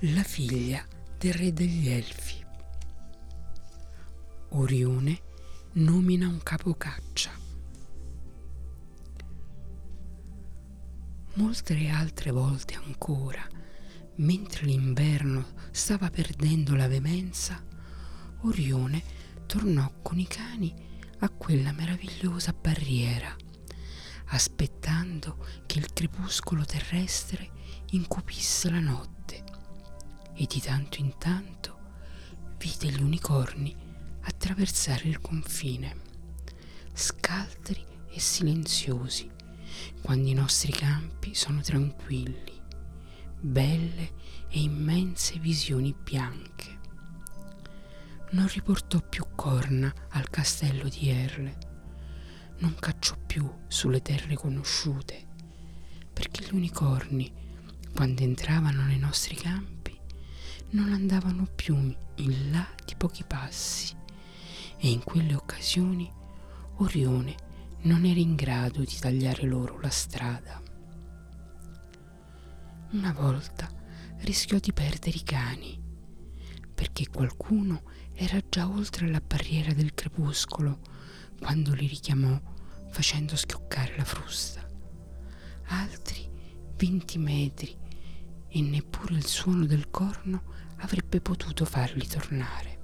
la figlia del re degli Elfi. Orione nomina un capocaccia. Molte altre volte ancora, mentre l'inverno stava perdendo la veemenza, Orione tornò con i cani a quella meravigliosa barriera, aspettando che il crepuscolo terrestre incupisse la notte, e di tanto in tanto vide gli unicorni attraversare il confine, scaltri e silenziosi, quando i nostri campi sono tranquilli, belle e immense visioni bianche. Non riportò più corna al castello di Erle, non cacciò più sulle terre conosciute, perché gli unicorni, quando entravano nei nostri campi, non andavano più in là di pochi passi, e in quelle occasioni Orione non era in grado di tagliare loro la strada. Una volta rischiò di perdere i cani, perché qualcuno era già oltre la barriera del crepuscolo quando li richiamò facendo schioccare la frusta. Altri 20 metri e neppure il suono del corno avrebbe potuto farli tornare.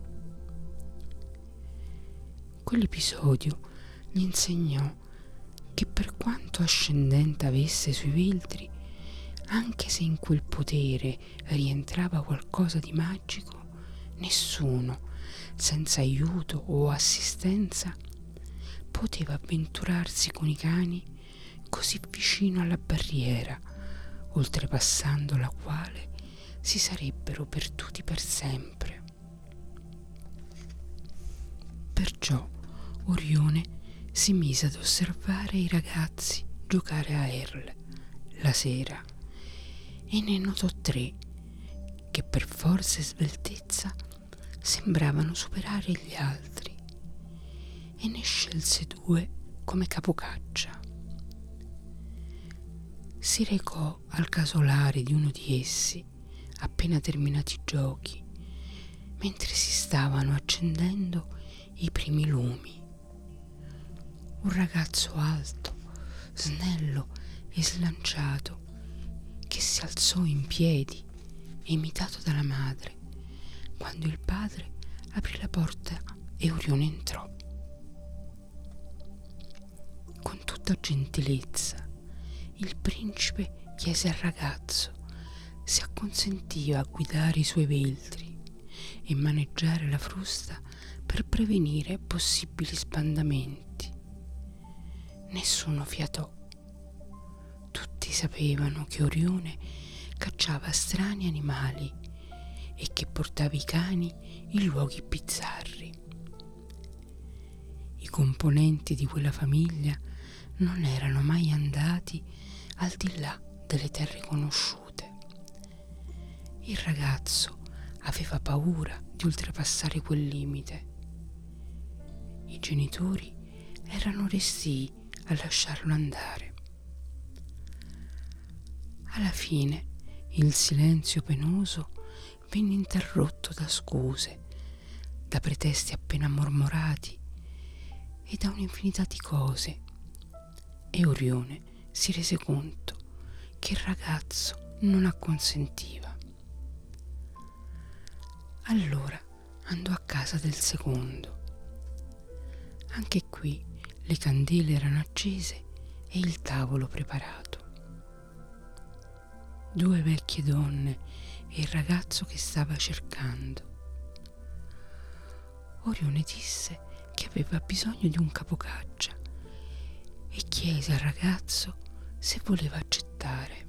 Quell'episodio gli insegnò che per quanto ascendente avesse sui Veltri, anche se in quel potere rientrava qualcosa di magico, nessuno, senza aiuto o assistenza, poteva avventurarsi con i cani così vicino alla barriera, oltrepassando la quale si sarebbero perduti per sempre. Perciò Orione si mise ad osservare i ragazzi giocare a Erle la sera, e ne notò 3 che per forza e sveltezza sembravano superare gli altri, e ne scelse 2 come capocaccia. Si recò al casolare di uno di essi appena terminati i giochi, mentre si stavano accendendo i primi lumi. Un ragazzo alto, snello e slanciato, che si alzò in piedi, imitato dalla madre, quando il padre aprì la porta e Orione entrò. Con tutta gentilezza il principe chiese al ragazzo se acconsentiva a guidare i suoi veltri e maneggiare la frusta per prevenire possibili sbandamenti. Nessuno fiatò. Tutti sapevano che Orione cacciava strani animali e che portava i cani in luoghi bizzarri. I componenti di quella famiglia non erano mai andati al di là delle terre conosciute. Il ragazzo aveva paura di oltrepassare quel limite. I genitori erano restii a lasciarlo andare. Alla fine il silenzio penoso venne interrotto da scuse, da pretesti appena mormorati e da un'infinità di cose, e Orione si rese conto che il ragazzo non acconsentiva. Allora andò a casa del secondo. Anche qui le candele erano accese e il tavolo preparato. 2 vecchie donne e il ragazzo che stava cercando. Orione disse che aveva bisogno di un capocaccia e chiese al ragazzo se voleva accettare.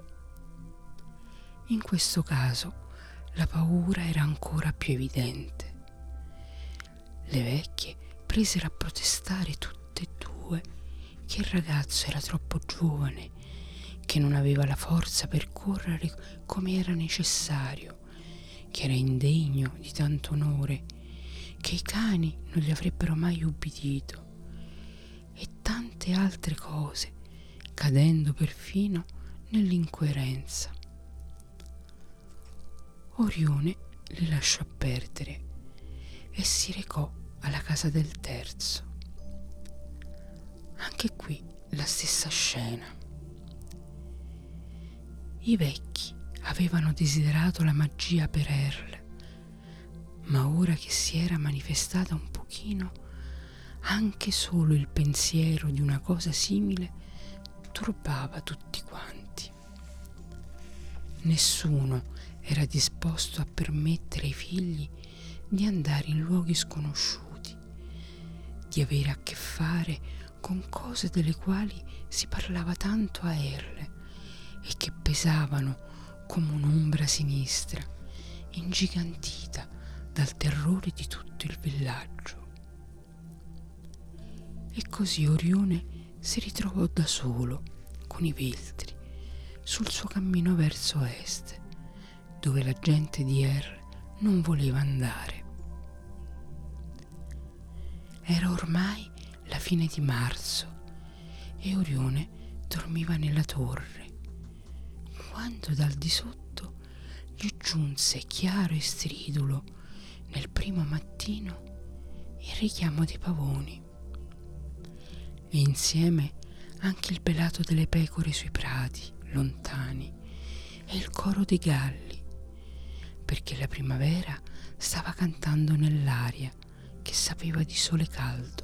In questo caso la paura era ancora più evidente. Le vecchie presero a protestare tutte e 2 che il ragazzo era troppo giovane, che non aveva la forza per correre come era necessario, che era indegno di tanto onore, che i cani non gli avrebbero mai ubbidito, e tante altre cose, cadendo perfino nell'incoerenza. Orione li lasciò perdere e si recò alla casa del terzo. Anche qui la stessa scena. I vecchi avevano desiderato la magia per Earl, ma ora che si era manifestata un pochino, anche solo il pensiero di una cosa simile turbava tutti quanti. Nessuno era disposto a permettere ai figli di andare in luoghi sconosciuti, di avere a che fare con cose delle quali si parlava tanto a Earl e che pesavano come un'ombra sinistra, ingigantita dal terrore di tutto il villaggio. E così Orione si ritrovò da solo con i Veltri sul suo cammino verso est, dove la gente di Earl non voleva andare. Era ormai la fine di marzo e Orione dormiva nella torre, quando dal di sotto gli giunse chiaro e stridulo nel primo mattino il richiamo dei pavoni e insieme anche il belato delle pecore sui prati lontani e il coro dei galli, perché la primavera stava cantando nell'aria che sapeva di sole caldo.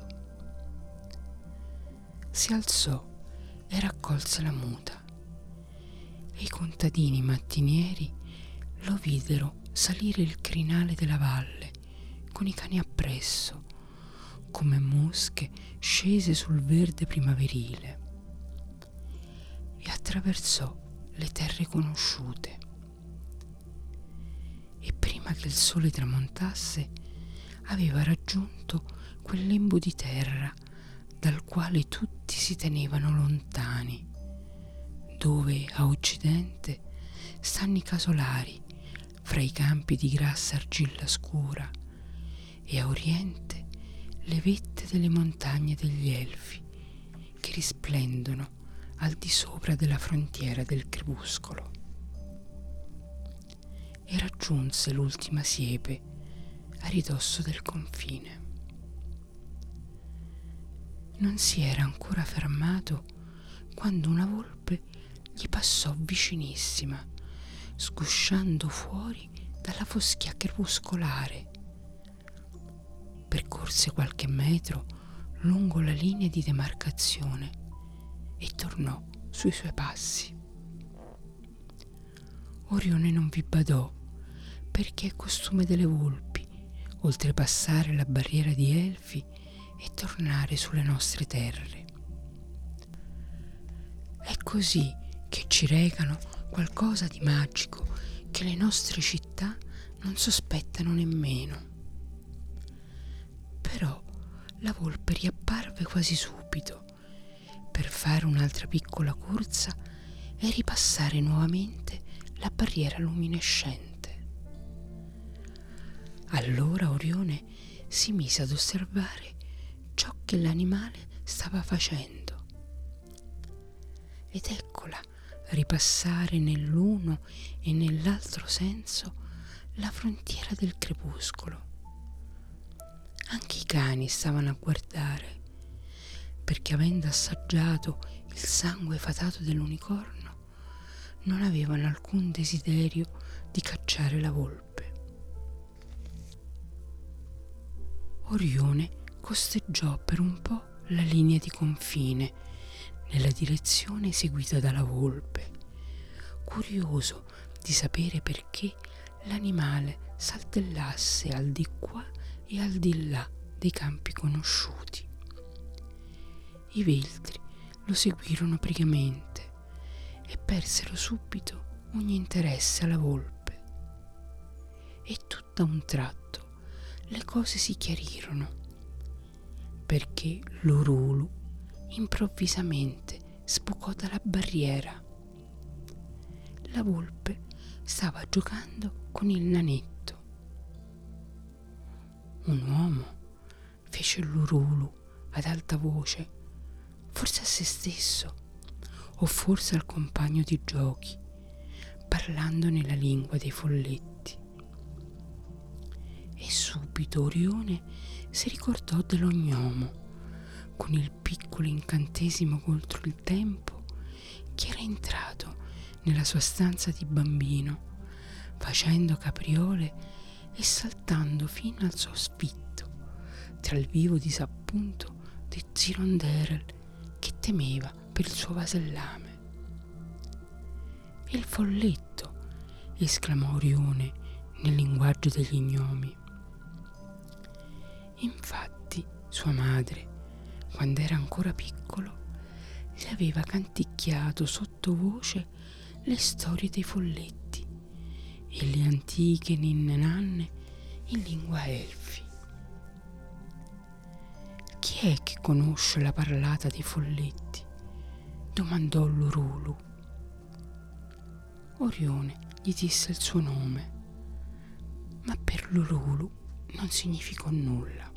Si alzò e raccolse la muta e i contadini mattinieri lo videro salire il crinale della valle con i cani appresso, come mosche scese sul verde primaverile, e attraversò le terre conosciute. E prima che il sole tramontasse aveva raggiunto quel lembo di terra dal quale tutti si tenevano lontani, dove a occidente stanno i casolari fra i campi di grassa argilla scura e a oriente le vette delle montagne degli Elfi che risplendono al di sopra della frontiera del crepuscolo. E raggiunse l'ultima siepe a ridosso del confine. Non si era ancora fermato quando una volpe gli passò vicinissima, sgusciando fuori dalla foschia crepuscolare. Percorse qualche metro lungo la linea di demarcazione e tornò sui suoi passi. Orione non vi badò, perché è costume delle volpi oltrepassare la barriera di Elfi e tornare sulle nostre terre. È così che ci recano qualcosa di magico che le nostre città non sospettano nemmeno. Però la volpe riapparve quasi subito per fare un'altra piccola corsa e ripassare nuovamente la barriera luminescente. Allora Orione si mise ad osservare ciò che l'animale stava facendo ed eccola ripassare nell'uno e nell'altro senso la frontiera del crepuscolo. Anche i cani stavano a guardare, perché avendo assaggiato il sangue fatato dell'unicorno non avevano alcun desiderio di cacciare la volpe. Orione costeggiò per un po' la linea di confine nella direzione seguita dalla volpe, curioso di sapere perché l'animale saltellasse al di qua e al di là dei campi conosciuti. I Veltri lo seguirono pigramente e persero subito ogni interesse alla volpe. E tutto a un tratto le cose si chiarirono, perché l'Orulu improvvisamente sbucò dalla barriera. La volpe stava giocando con il nanetto. Un uomo, fece l'Orulu ad alta voce, forse a se stesso o forse al compagno di giochi, parlando nella lingua dei folletti. e subito Orione si ricordò dell'ognomo con il piccolo incantesimo contro il tempo che era entrato nella sua stanza di bambino, facendo capriole e saltando fino al soffitto tra il vivo disappunto di Zironderel che temeva per il suo vasellame. Il folletto, esclamò Orione nel linguaggio degli gnomi. Infatti sua madre, quando era ancora piccolo, gli aveva canticchiato sottovoce le storie dei folletti e le antiche ninne nanne in lingua elfi. Chi è che conosce la parlata dei folletti? Domandò Lurulu. Orione gli disse il suo nome, ma per Lurulu non significò nulla.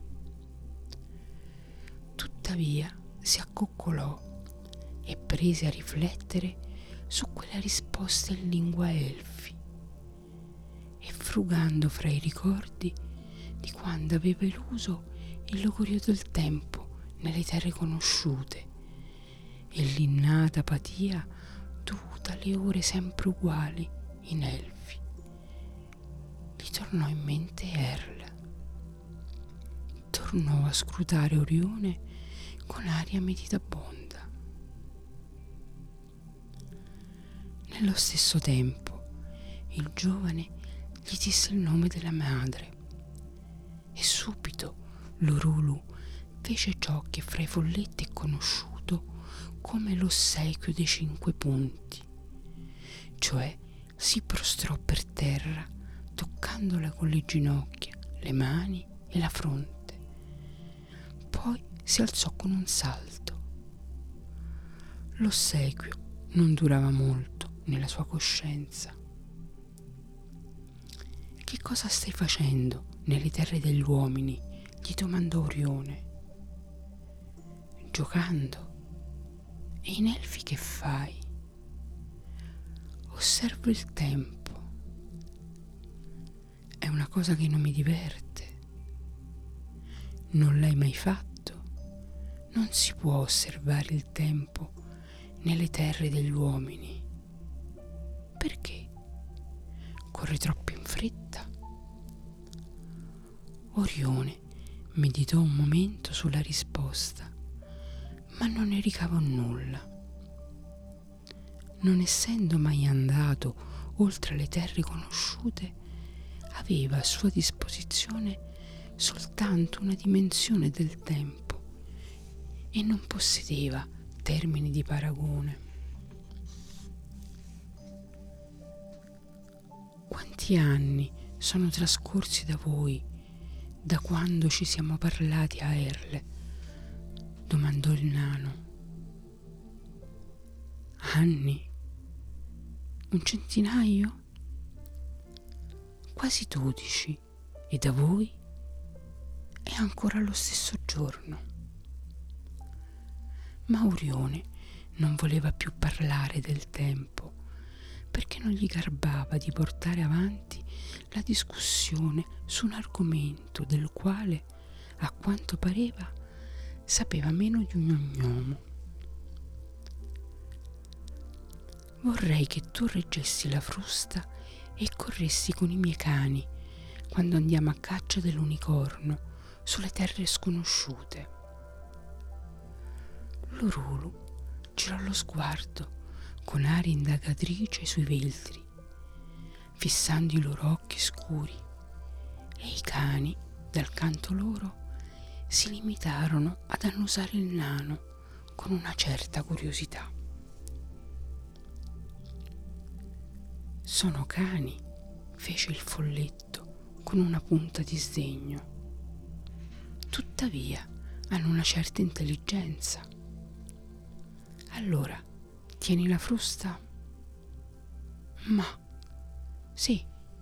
Tuttavia si accoccolò e prese a riflettere su quella risposta in lingua elfi e frugando fra i ricordi di quando aveva eluso il logorio del tempo nelle terre conosciute e l'innata apatia dovuta alle ore sempre uguali in elfi, gli tornò in mente Erl. Tornò a scrutare Orione con aria meditabonda. Nello stesso tempo il giovane gli disse il nome della madre e subito Lurulu fece ciò che fra i folletti è conosciuto come l'ossequio dei 5 punti, cioè si prostrò per terra toccandola con le ginocchia, le mani e la fronte. Poi si alzò con un salto. L'ossequio non durava molto nella sua coscienza. Che cosa stai facendo nelle terre degli uomini? Gli domandò Orione. Giocando. E in elfi che fai? Osservo il tempo. È una cosa che non mi diverte. Non l'hai mai fatto? Non si può osservare il tempo nelle terre degli uomini. Perché? Corre troppo in fretta? Orione meditò un momento sulla risposta, ma non ne ricavò nulla. Non essendo mai andato oltre le terre conosciute, aveva a sua disposizione soltanto una dimensione del tempo e non possedeva termini di paragone. Quanti anni sono trascorsi da voi, da quando ci siamo parlati a Erle? Domandò il nano. Anni? Un centinaio? Quasi 12. E da voi? È ancora lo stesso giorno. Ma Orione non voleva più parlare del tempo, perché non gli garbava di portare avanti la discussione su un argomento del quale, a quanto pareva, sapeva meno di un gnomo. Vorrei che tu reggessi la frusta e corressi con i miei cani quando andiamo a caccia dell'unicorno sulle terre sconosciute. Lurulu girò lo sguardo con aria indagatrice sui veltri, fissando i loro occhi scuri, e i cani, dal canto loro, si limitarono ad annusare il nano con una certa curiosità. Sono cani, fece il folletto con una punta di sdegno. Tuttavia hanno una certa intelligenza. Allora, tieni la frusta? Ma, sì.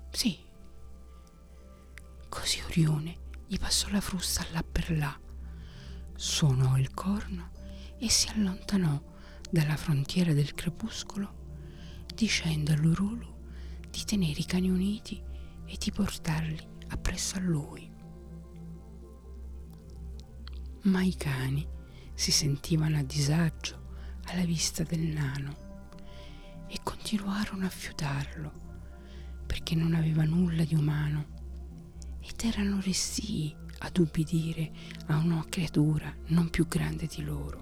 Così Orione gli passò la frusta là per là, suonò il corno e si allontanò dalla frontiera del crepuscolo, dicendo a Lurulu di tenere i cani uniti e di portarli appresso a lui. Ma i cani si sentivano a disagio alla vista del nano e continuarono a fiutarlo perché non aveva nulla di umano ed erano restii ad ubbidire a una creatura non più grande di loro.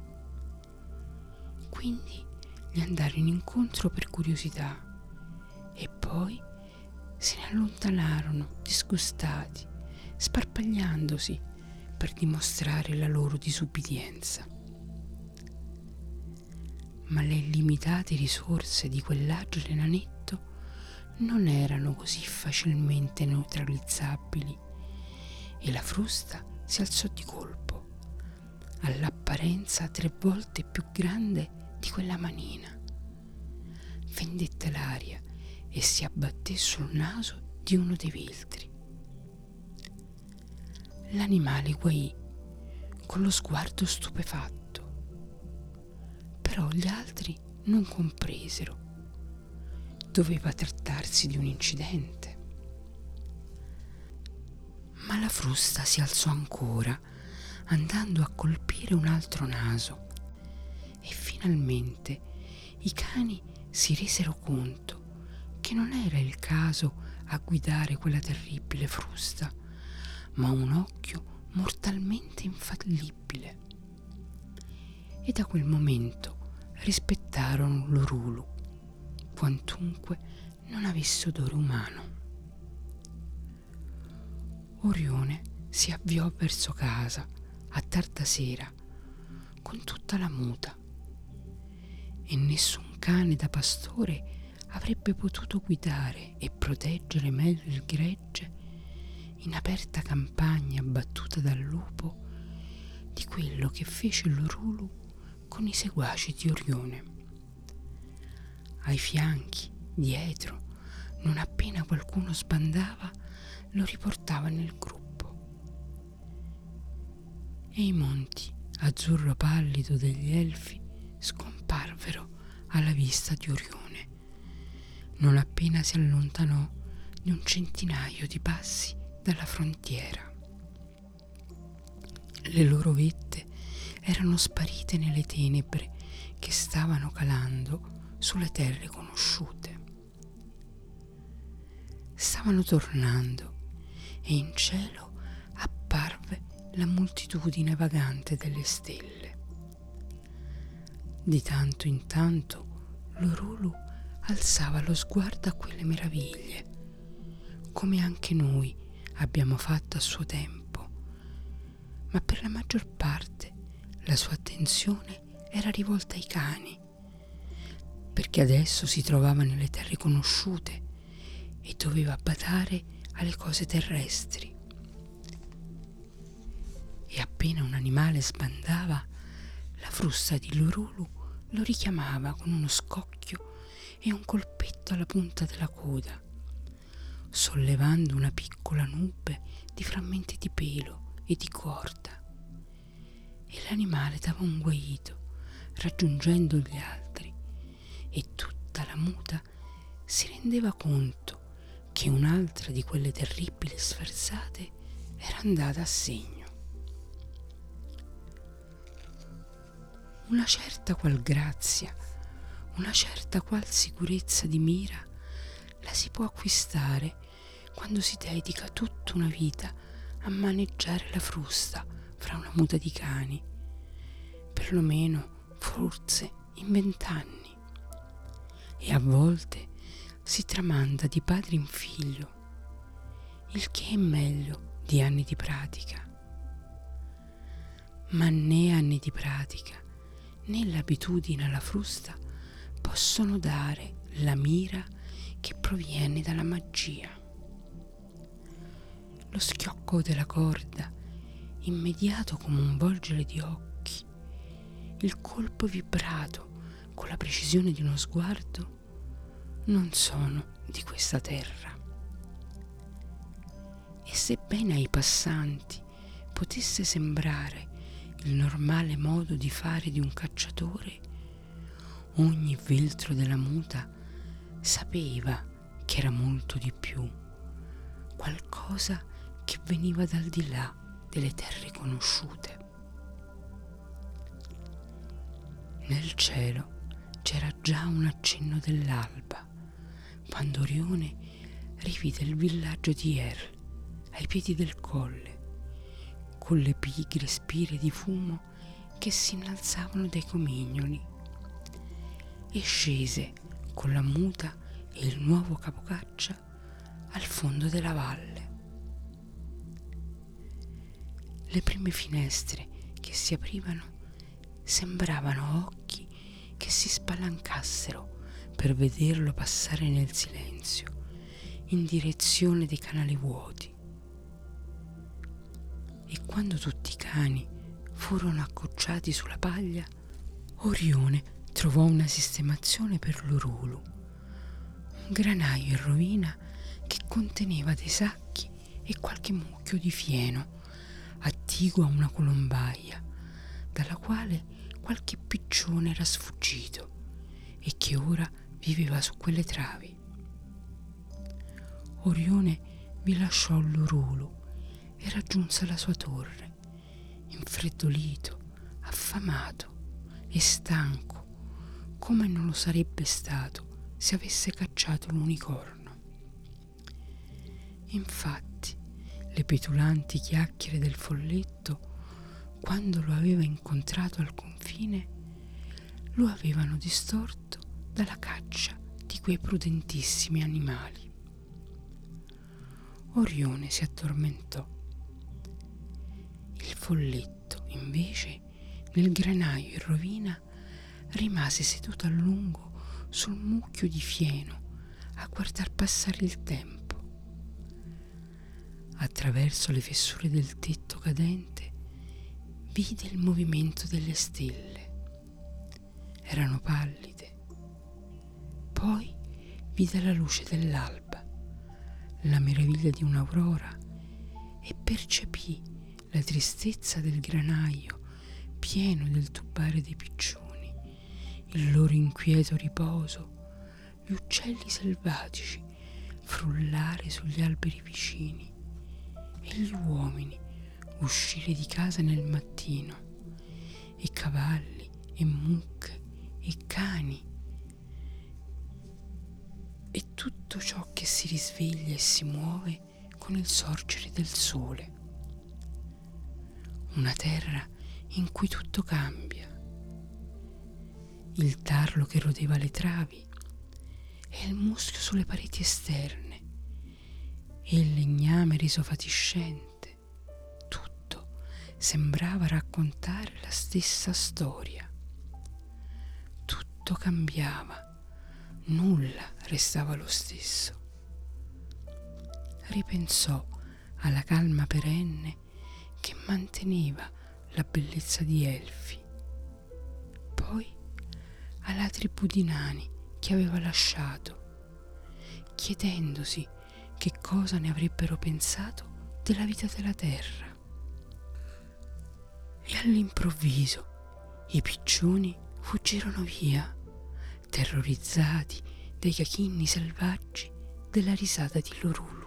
Quindi gli andarono incontro per curiosità e poi se ne allontanarono disgustati, sparpagliandosi per dimostrare la loro disubbidienza. Ma le illimitate risorse di quell'agile nanetto non erano così facilmente neutralizzabili e la frusta si alzò di colpo, all'apparenza 3 volte più grande di quella manina. Vendette l'aria e si abbatté sul naso di uno dei veltri. L'animale guaì con lo sguardo stupefatto, però gli altri non compresero. Doveva trattarsi di un incidente. Ma la frusta si alzò ancora, andando a colpire un altro naso, e finalmente i cani si resero conto che non era il caso a guidare quella terribile frusta, ma un occhio mortalmente infallibile. E da quel momento rispettarono l'Orulu, quantunque non avesse odore umano. Orione si avviò verso casa a tarda sera con tutta la muta e nessun cane da pastore avrebbe potuto guidare e proteggere meglio il gregge in aperta campagna battuta dal lupo di quello che fece l'Orulu con i seguaci di Orione. Ai fianchi, dietro, non appena qualcuno sbandava, lo riportava nel gruppo. E i monti azzurro pallido degli Elfi scomparvero alla vista di Orione, non appena si allontanò di un centinaio di passi dalla frontiera. Le loro vette erano sparite nelle tenebre che stavano calando sulle terre conosciute. Stavano tornando e in cielo apparve la moltitudine vagante delle stelle. Di tanto in tanto l'Orulu alzava lo sguardo a quelle meraviglie, come anche noi abbiamo fatto a suo tempo, ma per la maggior parte la sua attenzione era rivolta ai cani, perché adesso si trovava nelle terre conosciute e doveva badare alle cose terrestri. E appena un animale sbandava, la frusta di l'Orulu lo richiamava con uno scocchio e un colpetto alla punta della coda, sollevando una piccola nube di frammenti di pelo e di corda. E l'animale dava un guaito, raggiungendo gli altri, e tutta la muta si rendeva conto che un'altra di quelle terribili sferzate era andata a segno. Una certa qual grazia, una certa qual sicurezza di mira la si può acquistare quando si dedica tutta una vita a maneggiare la frusta fra una muta di cani, perlomeno forse in 20 anni, e a volte si tramanda di padre in figlio, il che è meglio di anni di pratica. Ma né anni di pratica né l'abitudine alla frusta possono dare la mira che proviene dalla magia. Lo schiocco della corda, immediato come un volgere di occhi, il colpo vibrato con la precisione di uno sguardo, non sono di questa terra. E sebbene ai passanti potesse sembrare il normale modo di fare di un cacciatore, ogni veltro della muta sapeva che era molto di più, qualcosa che veniva dal di là delle terre conosciute. Nel cielo c'era già un accenno dell'alba, quando Orione rivide il villaggio di Er ai piedi del colle, con le pigre spire di fumo che si innalzavano dai comignoli, e scese con la muta e il nuovo capocaccia al fondo della valle. Le prime finestre che si aprivano sembravano occhi che si spalancassero per vederlo passare nel silenzio in direzione dei canali vuoti. E quando tutti i cani furono accocciati sulla paglia, Orione trovò una sistemazione per l'Orulu, un granaio in rovina che conteneva dei sacchi e qualche mucchio di fieno attiguo a una colombaia dalla quale qualche piccione era sfuggito e che ora viveva su quelle travi. Orione vi lasciò l'Orulu e raggiunse la sua torre, infreddolito, affamato e stanco, come non lo sarebbe stato se avesse cacciato l'unicorno. Infatti, le petulanti chiacchiere del folletto, quando lo aveva incontrato al confine, lo avevano distorto dalla caccia di quei prudentissimi animali. Orione si addormentò. Il folletto, invece, nel granaio in rovina, rimase seduto a lungo sul mucchio di fieno a guardar passare il tempo. Attraverso le fessure del tetto cadente vide il movimento delle stelle. Erano pallide. Poi vide la luce dell'alba, la meraviglia di un'aurora, e percepì la tristezza del granaio pieno del tubare dei piccioni, il loro inquieto riposo, gli uccelli selvatici frullare sugli alberi vicini e gli uomini uscire di casa nel mattino, e cavalli e mucche e cani e tutto ciò che si risveglia e si muove con il sorgere del sole. Una terra in cui tutto cambia. Il tarlo che rodeva le travi e il muschio sulle pareti esterne e il legname reso fatiscente. Tutto sembrava raccontare la stessa storia. Tutto cambiava. Nulla restava lo stesso. Ripensò alla calma perenne che manteneva la bellezza di Elfi, poi alla tribù di nani che aveva lasciato, chiedendosi che cosa ne avrebbero pensato della vita della terra. E all'improvviso i piccioni fuggirono via, terrorizzati dai cachinni selvaggi della risata di Lorulu.